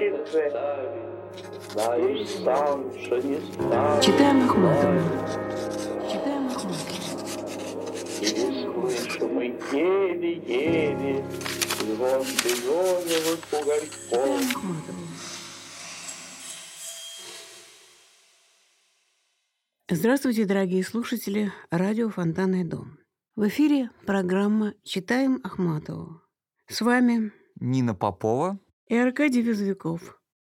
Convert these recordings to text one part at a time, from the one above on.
же, знаю сам, что не стану. Читаем Ахматову. Читаем Ахматову. И слышимый еле-еле звон березовых угольков. Читаем Ахматову. Здравствуйте, дорогие слушатели радио «Фонтанный дом». В эфире программа «Читаем Ахматову». С вами Нина Попова и Аркадий Везвяков.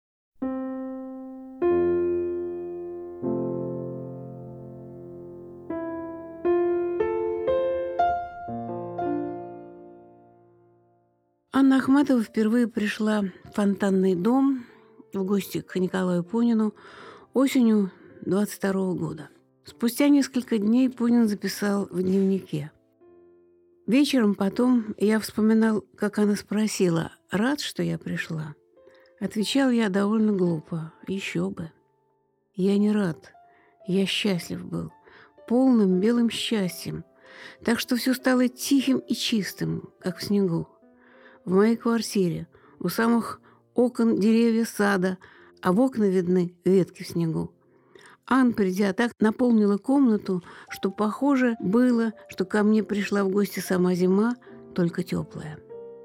Анна Ахматова впервые пришла в «Фонтанный дом» в гости к Николаю Пунину осенью 22 года. Спустя несколько дней Пунин записал в дневнике: «Вечером потом я вспоминал, как она спросила, рад, что я пришла. Отвечал я довольно глупо, еще бы. Я не рад, я счастлив был, полным белым счастьем, так что все стало тихим и чистым, как в снегу. В моей квартире у самых окон деревья сада, а в окна видны ветки в снегу. Ан, придя, так наполнила комнату, что похоже было, что ко мне пришла в гости сама зима, только теплая».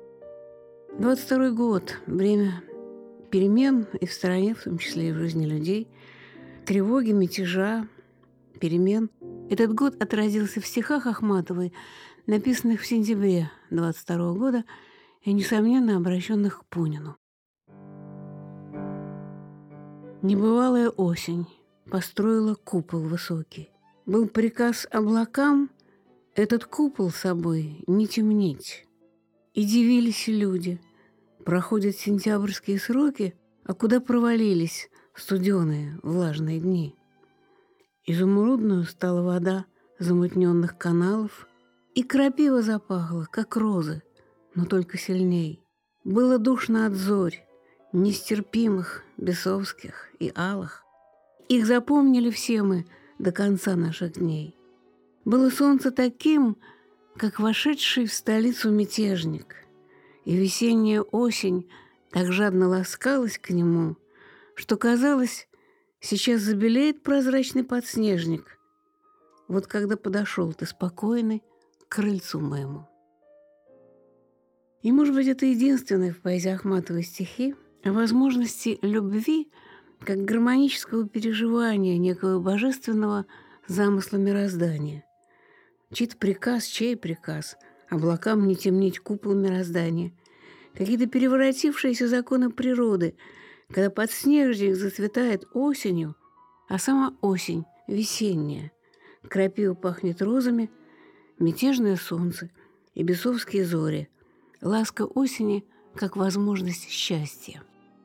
22 год – время перемен и в стране, в том числе и в жизни людей, тревоги, мятежа, перемен. Этот год отразился в стихах Ахматовой, написанных в сентябре 22 года и, несомненно, обращенных к Пунину. Небывалая осень построила купол высокий. Был приказ облакам этот купол собой не темнить. И дивились люди. Проходят сентябрьские сроки, а куда провалились студеные влажные дни? Изумрудную стала вода замутненных каналов, и крапива запахла, как розы, но только сильней. Было душно от зорь, нестерпимых, бесовских и алых. Их запомнили все мы до конца наших дней. Было солнце таким, как вошедший в столицу мятежник, и весенняя осень так жадно ласкалась к нему, что казалось, сейчас забелеет прозрачный подснежник. Вот когда подошел ты спокойный к крыльцу моему. И, может быть, это единственные в поэзии Ахматовой стихи о возможности любви как гармонического переживания некого божественного замысла мироздания. Чей-то приказ, чей приказ? Облакам не темнить купол мироздания. Какие-то переворотившиеся законы природы, когда подснежник зацветает осенью, а сама осень весенняя. Крапива пахнет розами, мятежное солнце и бесовские зори. Ласка осени как возможность счастья.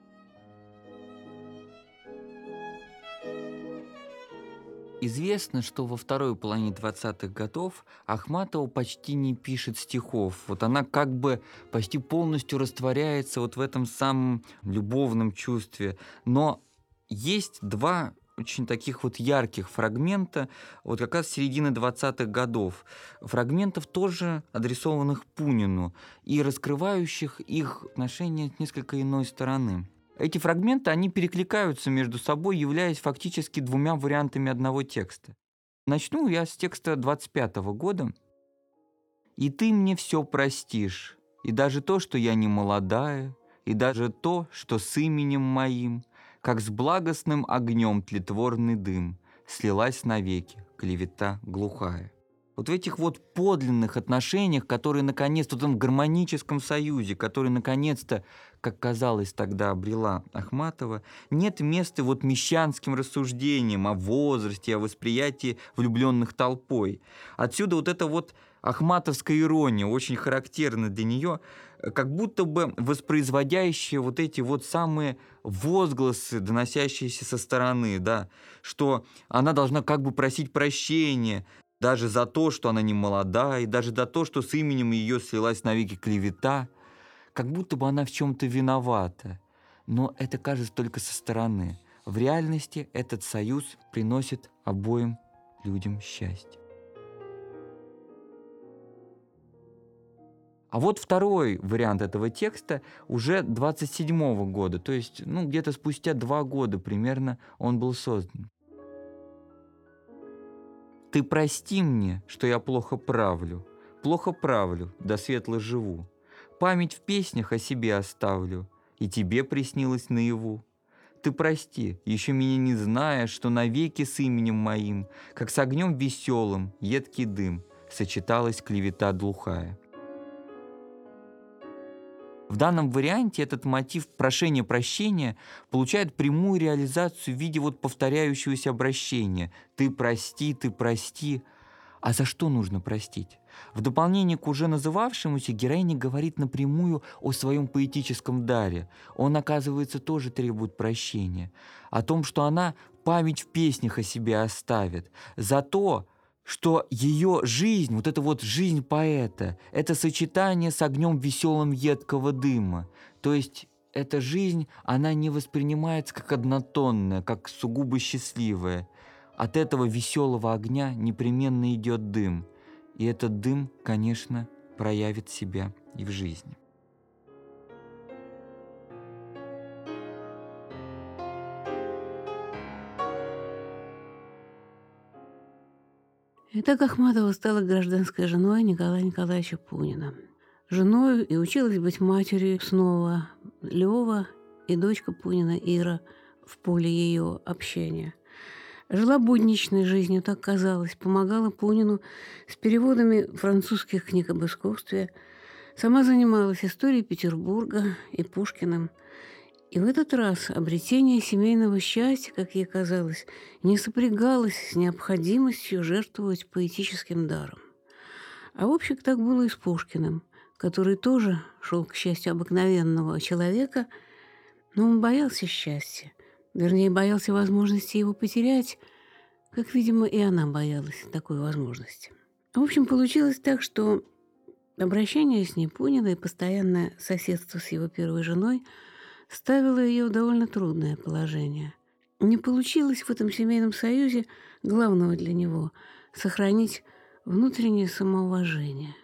Известно, что во второй половине 20-х годов Ахматова почти не пишет стихов. Вот она как бы почти полностью растворяется вот в этом самом любовном чувстве. Но есть два очень таких вот ярких фрагмента, вот как раз середины 20-х годов. Фрагментов тоже адресованных Пунину и раскрывающих их отношения с несколько иной стороны. Эти фрагменты, они перекликаются между собой, являясь фактически двумя вариантами одного текста. Начну я с текста 25-го года. «И ты мне все простишь, и даже то, что я не молодая, и даже то, что с именем моим, как с благостным огнем тлетворный дым, слилась навеки клевета глухая». Вот в этих вот подлинных отношениях, которые наконец-то, в этом гармоническом союзе, который наконец-то, как казалось тогда, обрела Ахматова, нет места вот мещанским рассуждениям о возрасте, о восприятии влюбленных толпой. Отсюда вот эта вот ахматовская ирония, очень характерна для нее, как будто бы воспроизводящая вот эти вот самые возгласы, доносящиеся со стороны, да, что она должна как бы просить прощения, даже за то, что она не молода, и даже за то, что с именем ее слилась навеки клевета, как будто бы она в чем-то виновата. Но это кажется только со стороны. В реальности этот союз приносит обоим людям счастье. А вот второй вариант этого текста уже 27-го года, то есть где-то спустя 2 года примерно он был создан. «Ты прости мне, что я плохо правлю, да светло живу. Память в песнях о себе оставлю, и тебе приснилось наяву. Ты прости, еще меня не зная, что навеки с именем моим, как с огнем веселым, едкий дым, сочеталась клевета глухая». В данном варианте этот мотив прошения прощения получает прямую реализацию в виде повторяющегося обращения ты прости». А за что нужно простить? В дополнение к уже называвшемуся, героиня говорит напрямую о своем поэтическом даре. Он, оказывается, тоже требует прощения. О том, что она память в песнях о себе оставит. За то, что ее жизнь, вот эта жизнь поэта, это сочетание с огнем веселым едкого дыма. То есть эта жизнь, она не воспринимается как однотонная, как сугубо счастливая. От этого веселого огня непременно идет дым. И этот дым, конечно, проявит себя и в жизни. Итак, Ахматова стала гражданской женой Николая Николаевича Пунина. Женой и училась быть матерью снова Лёва и дочка Пунина Ира в поле ее общения. Жила будничной жизнью, так казалось, помогала Пунину с переводами французских книг об искусстве, сама занималась историей Петербурга и Пушкиным. И в этот раз обретение семейного счастья, как ей казалось, не сопрягалось с необходимостью жертвовать поэтическим даром. А в общем, так было и с Пушкиным, который тоже шел к счастью обыкновенного человека, но он боялся счастья. Вернее, боялся возможности его потерять, как, видимо, и она боялась такой возможности. В общем, получилось так, что обращение с ней Пунина и постоянное соседство с его первой женой ставило ее в довольно трудное положение. Не получилось в этом семейном союзе главного для него – сохранить внутреннее самоуважение.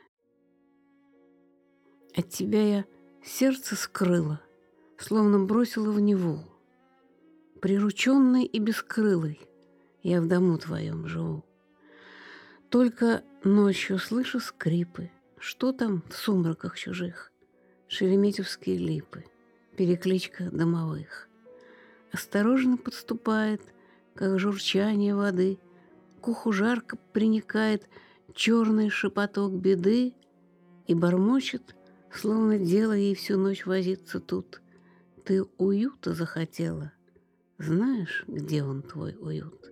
«От тебя я сердце скрыла, словно бросила в Неву. Прирученный и бескрылый я в дому твоем живу. Только ночью слышу скрипы, что там в сумраках чужих, шереметьевские липы, перекличка домовых. Осторожно подступает, как журчание воды, к уху жарко приникает черный шепоток беды и бормочет, словно дело ей всю ночь возиться тут. Ты уюта захотела, знаешь, где он, твой уют?»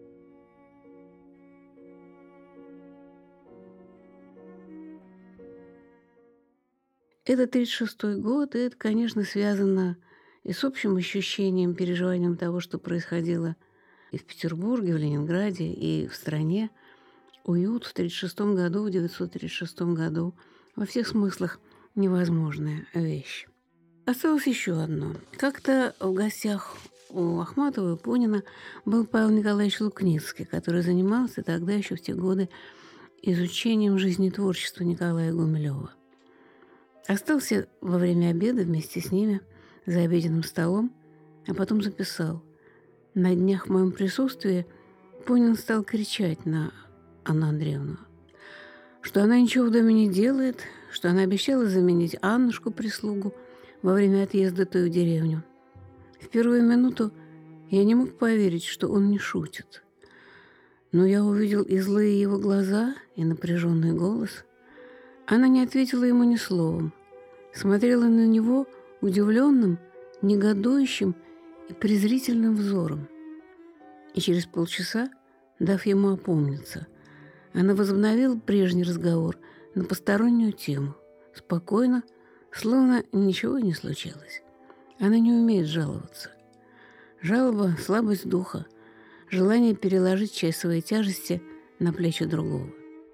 Это 1936 год, и это, конечно, связано и с общим ощущением, переживанием того, что происходило и в Петербурге, в Ленинграде, и в стране. Уют в 1936 году, в 1936 году во всех смыслах невозможная вещь. Осталось еще одно. Как-то в гостях у Ахматовой и Пунина был Павел Николаевич Лукницкий, который занимался тогда еще в те годы изучением жизни и творчества Николая Гумилева. Остался во время обеда вместе с ними за обеденным столом, а потом записал: «На днях в моем присутствии Пунин стал кричать на Анну Андреевну, что она ничего в доме не делает, что она обещала заменить Аннушку-прислугу во время отъезда той в деревню. В первую минуту я не мог поверить, что он не шутит. Но я увидел и злые его глаза, и напряженный голос. Она не ответила ему ни словом, смотрела на него удивленным, негодующим и презрительным взором. И через полчаса, дав ему опомниться, она возобновила прежний разговор на постороннюю тему, спокойно, словно ничего не случилось. Она не умеет жаловаться. Жалоба – слабость духа, желание переложить часть своей тяжести на плечи другого.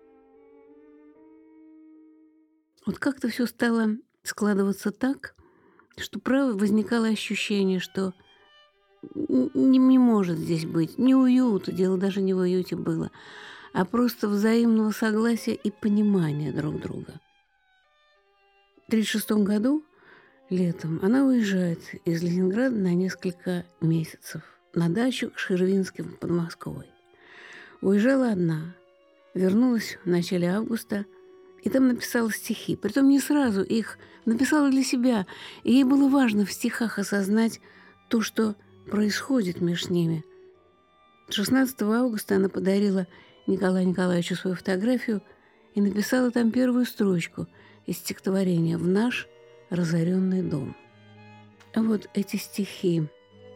Вот как-то все стало складываться так, что, право, возникало ощущение, что не может здесь быть ни уюта, дело даже не в уюте было, а просто взаимного согласия и понимания друг друга. 1936 году, летом, она уезжает из Ленинграда на несколько месяцев на дачу к Ширвинским под Москвой. Уезжала одна, вернулась в начале августа и там написала стихи. Притом не сразу их написала для себя, и ей было важно в стихах осознать то, что происходит между ними. 16 августа она подарила Николаю Николаевичу свою фотографию и написала там первую строчку из стихотворения «В наш разоренный дом». А вот эти стихи.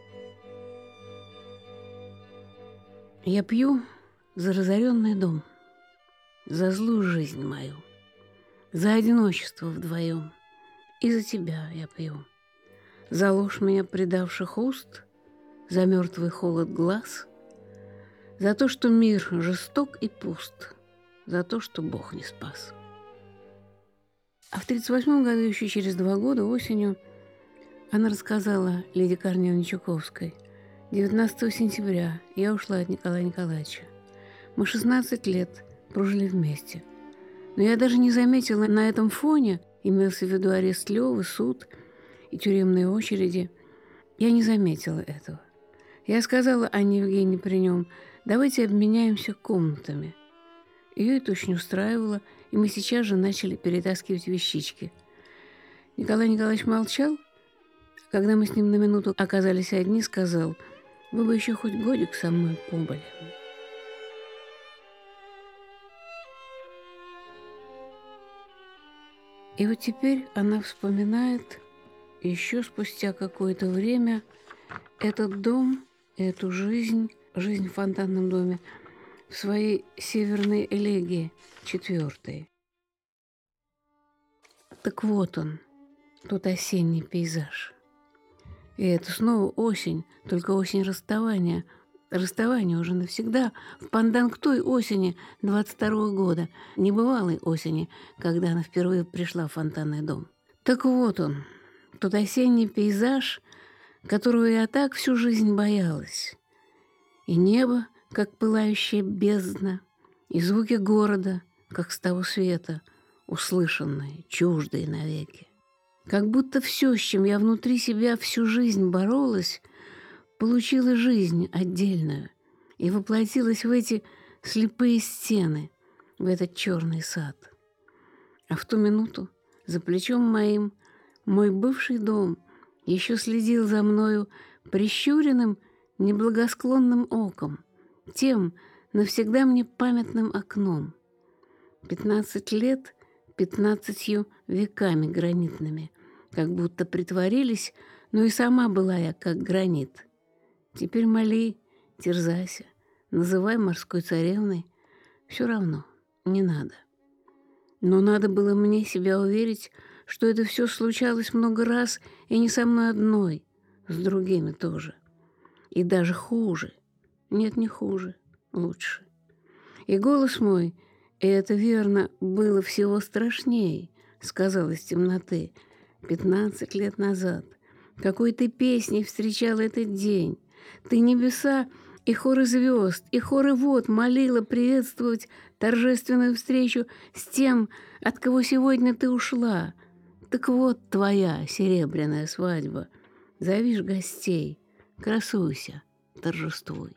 «Я пью за разоренный дом, за злую жизнь мою, за одиночество вдвоем, и за тебя я пью, за ложь меня предавших уст, за мертвый холод глаз, за то, что мир жесток и пуст, за то, что Бог не спас». А в 1938 году, еще через 2 года, осенью, она рассказала Лиде Корнеевне Чуковской: 19 сентября я ушла от Николая Николаевича. Мы 16 лет прожили вместе. Но я даже не заметила на этом фоне, имелся в виду арест Лёвы, суд и тюремные очереди, я не заметила этого. Я сказала Анне Евгеньевне при нем: давайте обменяемся комнатами. Ее это очень устраивало, и мы сейчас же начали перетаскивать вещички. Николай Николаевич молчал. Когда мы с ним на минуту оказались одни, сказал: вы бы еще хоть годик со мной побыли. И вот теперь она вспоминает еще спустя какое-то время этот дом, эту жизнь в фонтанном доме в своей северной элегии 4. Так вот он, тот осенний пейзаж. И это снова осень, только осень расставания. Расставание уже навсегда, в пандан к той осени 22 года, небывалой осени, когда она впервые пришла в фонтанный дом. Так вот он, тот осенний пейзаж, которого я так всю жизнь боялась. И небо, как пылающая бездна, и звуки города, как с того света, услышанные, чуждые навеки. Как будто все, с чем я внутри себя всю жизнь боролась, получила жизнь отдельную и воплотилась в эти слепые стены, в этот черный сад. А в ту минуту за плечом моим мой бывший дом еще следил за мною прищуренным, неблагосклонным оком, тем навсегда мне памятным окном. 15 лет 15 веками гранитными, как будто притворились, но и сама была я, как гранит. Теперь моли, терзайся, называй морской царевной, все равно, не надо. Но надо было мне себя уверить, что это все случалось много раз, и не со мной одной, с другими тоже. И даже хуже. Нет, не хуже, лучше. И голос мой, и это верно, было всего страшней, сказал из темноты 15 лет назад. Какой ты песней встречал этот день. Ты небеса и хоры звезд, и хоры вод молила приветствовать торжественную встречу с тем, от кого сегодня ты ушла. Так вот твоя серебряная свадьба. Зовишь гостей, красуйся, торжествуй.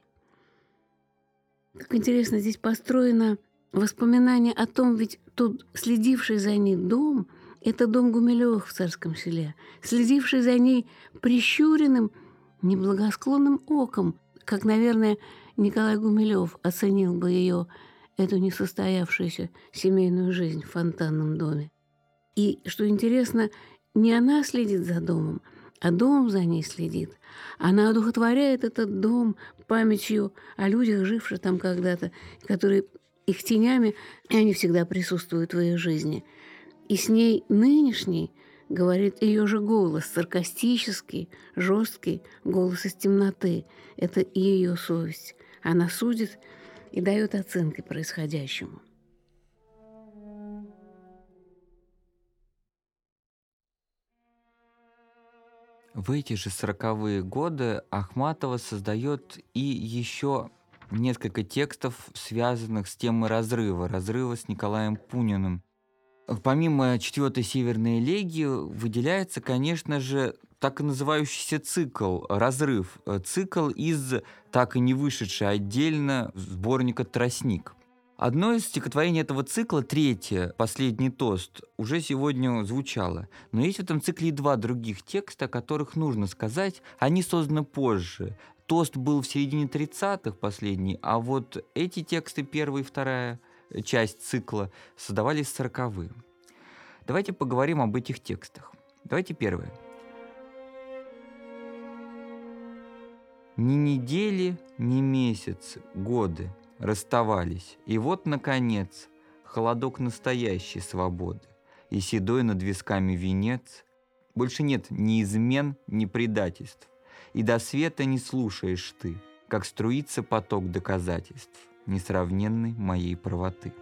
Как интересно, здесь построено воспоминание о том, ведь тот следивший за ней дом – это дом Гумилёвых в Царском Селе, следивший за ней прищуренным, неблагосклонным оком, как, наверное, Николай Гумилёв оценил бы ее, эту несостоявшуюся семейную жизнь в фонтанном доме. И, что интересно, не она следит за домом, а дом за ней следит. Она одухотворяет этот дом памятью о людях, живших там когда-то, которые их тенями, и они всегда присутствуют в ее жизни. И с ней нынешней говорит ее же голос, саркастический, жесткий, голос из темноты. Это ее совесть. Она судит и дает оценки происходящему. В эти же 40-е годы Ахматова создает и еще несколько текстов, связанных с темой разрыва с Николаем Пуниным. Помимо четвертой северной элегии выделяется, конечно же, так и называющийся цикл «Разрыв». Цикл из так и не вышедшей отдельно сборника «Тростник». Одно из стихотворений этого цикла, третье, последний тост, уже сегодня звучало. Но есть в этом цикле и два других текста, о которых нужно сказать. Они созданы позже. Тост был в середине 30-х последний, а вот эти тексты, первая и вторая часть цикла, создавались в 40-е. Давайте поговорим об этих текстах. Давайте первое. Ни недели, ни месяцы, годы расставались. И вот, наконец, холодок настоящей свободы и седой над висками венец. Больше нет ни измен, ни предательств. И до света не слушаешь ты, как струится поток доказательств несравненной моей правоты.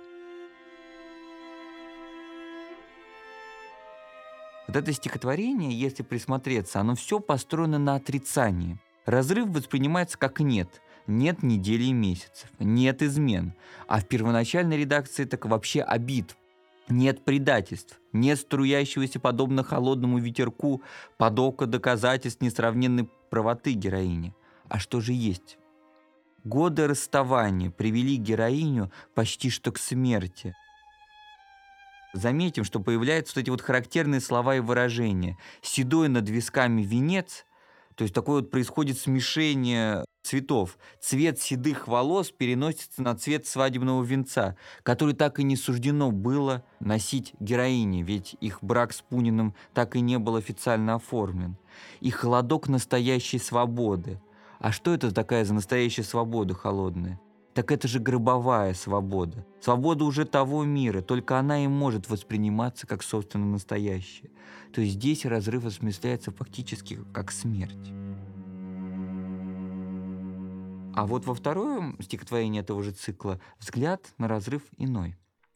Вот это стихотворение, если присмотреться, оно все построено на отрицании. Разрыв воспринимается как нет. Нет недели и месяцев, нет измен. А в первоначальной редакции так вообще обид. Нет предательств, нет струящегося подобно холодному ветерку потока доказательств несравненной правоты героини. А что же есть? Годы расставания привели героиню почти что к смерти. Заметим, что появляются вот эти вот характерные слова и выражения. «Седой над висками венец», то есть такое вот происходит смешение цветов. Цвет седых волос переносится на цвет свадебного венца, который так и не суждено было носить героине, ведь их брак с Пуниным так и не был официально оформлен. И холодок настоящей свободы. А что это такая за настоящая свобода холодная? Так это же гробовая свобода. Свобода уже того мира, только она и может восприниматься как собственно настоящая. То есть здесь разрыв осмысляется фактически как смерть. А вот во втором стихотворении этого же цикла взгляд на разрыв иной.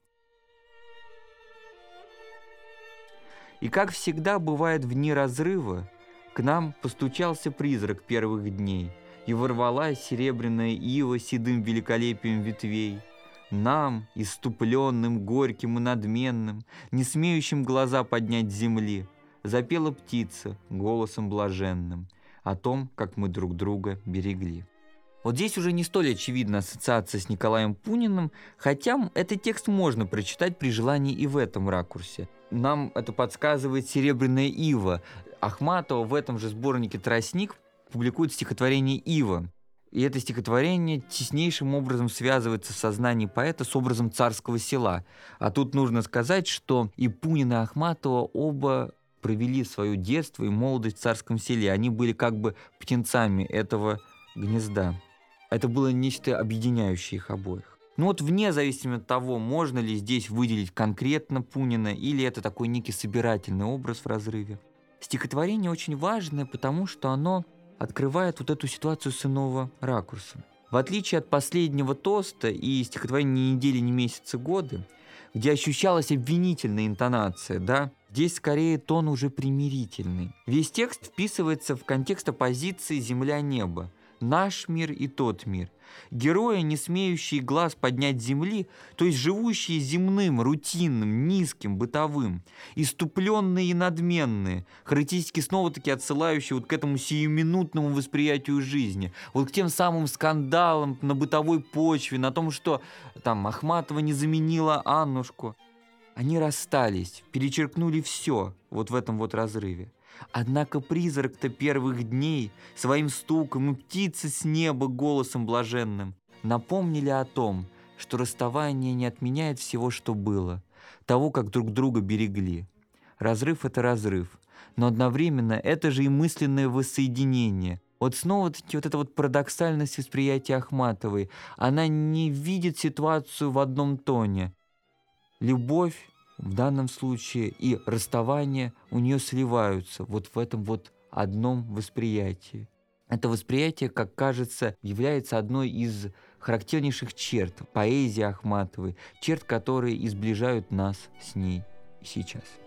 И как всегда бывает в дни разрыва, к нам постучался призрак первых дней, и ворвалась серебряная ива седым великолепием ветвей. Нам, исступленным, горьким и надменным, не смеющим глаза поднять с земли, запела птица голосом блаженным о том, как мы друг друга берегли. Вот здесь уже не столь очевидна ассоциация с Николаем Пуниным, хотя этот текст можно прочитать при желании и в этом ракурсе. Нам это подсказывает «Серебряная ива». Ахматова в этом же сборнике «Тростник» публикует стихотворение «Ива». И это стихотворение теснейшим образом связывается в сознании поэта с образом царского села. А тут нужно сказать, что и Пунин, и Ахматова оба провели свое детство и молодость в царском селе. Они были как бы птенцами этого гнезда. Это было нечто объединяющее их обоих. Ну вот вне зависимости от того, можно ли здесь выделить конкретно Пунина, или это такой некий собирательный образ в разрыве. Стихотворение очень важное, потому что оно открывает вот эту ситуацию с иного ракурса. В отличие от последнего тоста и стихотворения «Ни недели, ни месяцы, годы», где ощущалась обвинительная интонация, да, здесь скорее тон уже примирительный. Весь текст вписывается в контекст оппозиции «земля-небо», наш мир и тот мир. Герои, не смеющие глаз поднять земли, то есть живущие земным, рутинным, низким, бытовым, иступленные и надменные, характеристики снова-таки отсылающие вот к этому сиюминутному восприятию жизни, вот к тем самым скандалам на бытовой почве, на том, что там Ахматова не заменила Аннушку. Они расстались, перечеркнули все вот в этом вот разрыве. Однако призрак-то первых дней своим стуком и птицы с неба голосом блаженным напомнили о том, что расставание не отменяет всего, что было, того, как друг друга берегли. Разрыв — это разрыв, но одновременно это же и мысленное воссоединение. Вот снова-таки вот эта вот парадоксальность восприятия Ахматовой. Она не видит ситуацию в одном тоне. Любовь в данном случае и расставание у нее сливаются вот в этом вот одном восприятии. Это восприятие, как кажется, является одной из характернейших черт поэзии Ахматовой, черт, которые изближают нас с ней сейчас.